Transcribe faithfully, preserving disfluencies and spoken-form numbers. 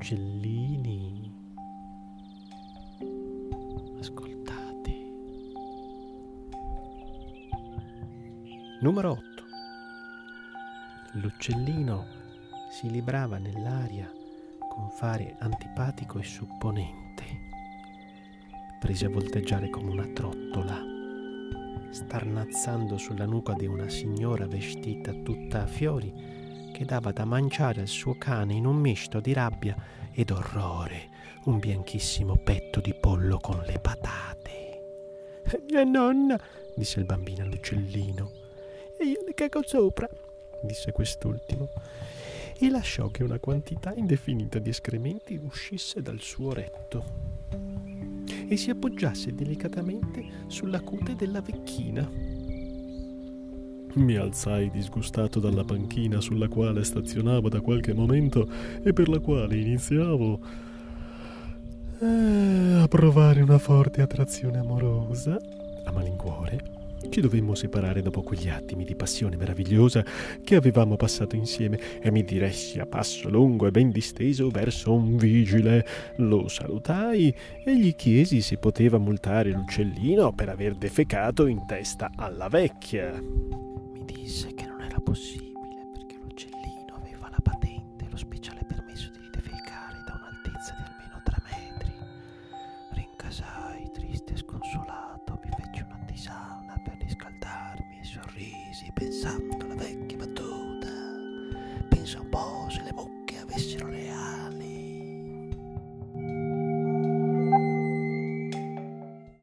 uccellini. Ascoltate. Numero otto. L'uccellino si librava nell'aria con fare antipatico e supponente. Prese a volteggiare come una trottola, starnazzando sulla nuca di una signora vestita tutta a fiori che dava da mangiare al suo cane in un misto di rabbia ed orrore un bianchissimo petto di pollo con le patate. «Mia nonna», disse il bambino all'uccellino. «E io le cago sopra», disse quest'ultimo, e lasciò che una quantità indefinita di escrementi uscisse dal suo retto e si appoggiasse delicatamente sulla cute della vecchina. Mi alzai disgustato dalla panchina sulla quale stazionavo da qualche momento e per la quale iniziavo eh, a provare una forte attrazione amorosa. A malincuore ci dovemmo separare dopo quegli attimi di passione meravigliosa che avevamo passato insieme e mi diressi a passo lungo e ben disteso verso un vigile. Lo salutai e gli chiesi se poteva multare l'uccellino per aver defecato in testa alla vecchia. Mi disse che non era possibile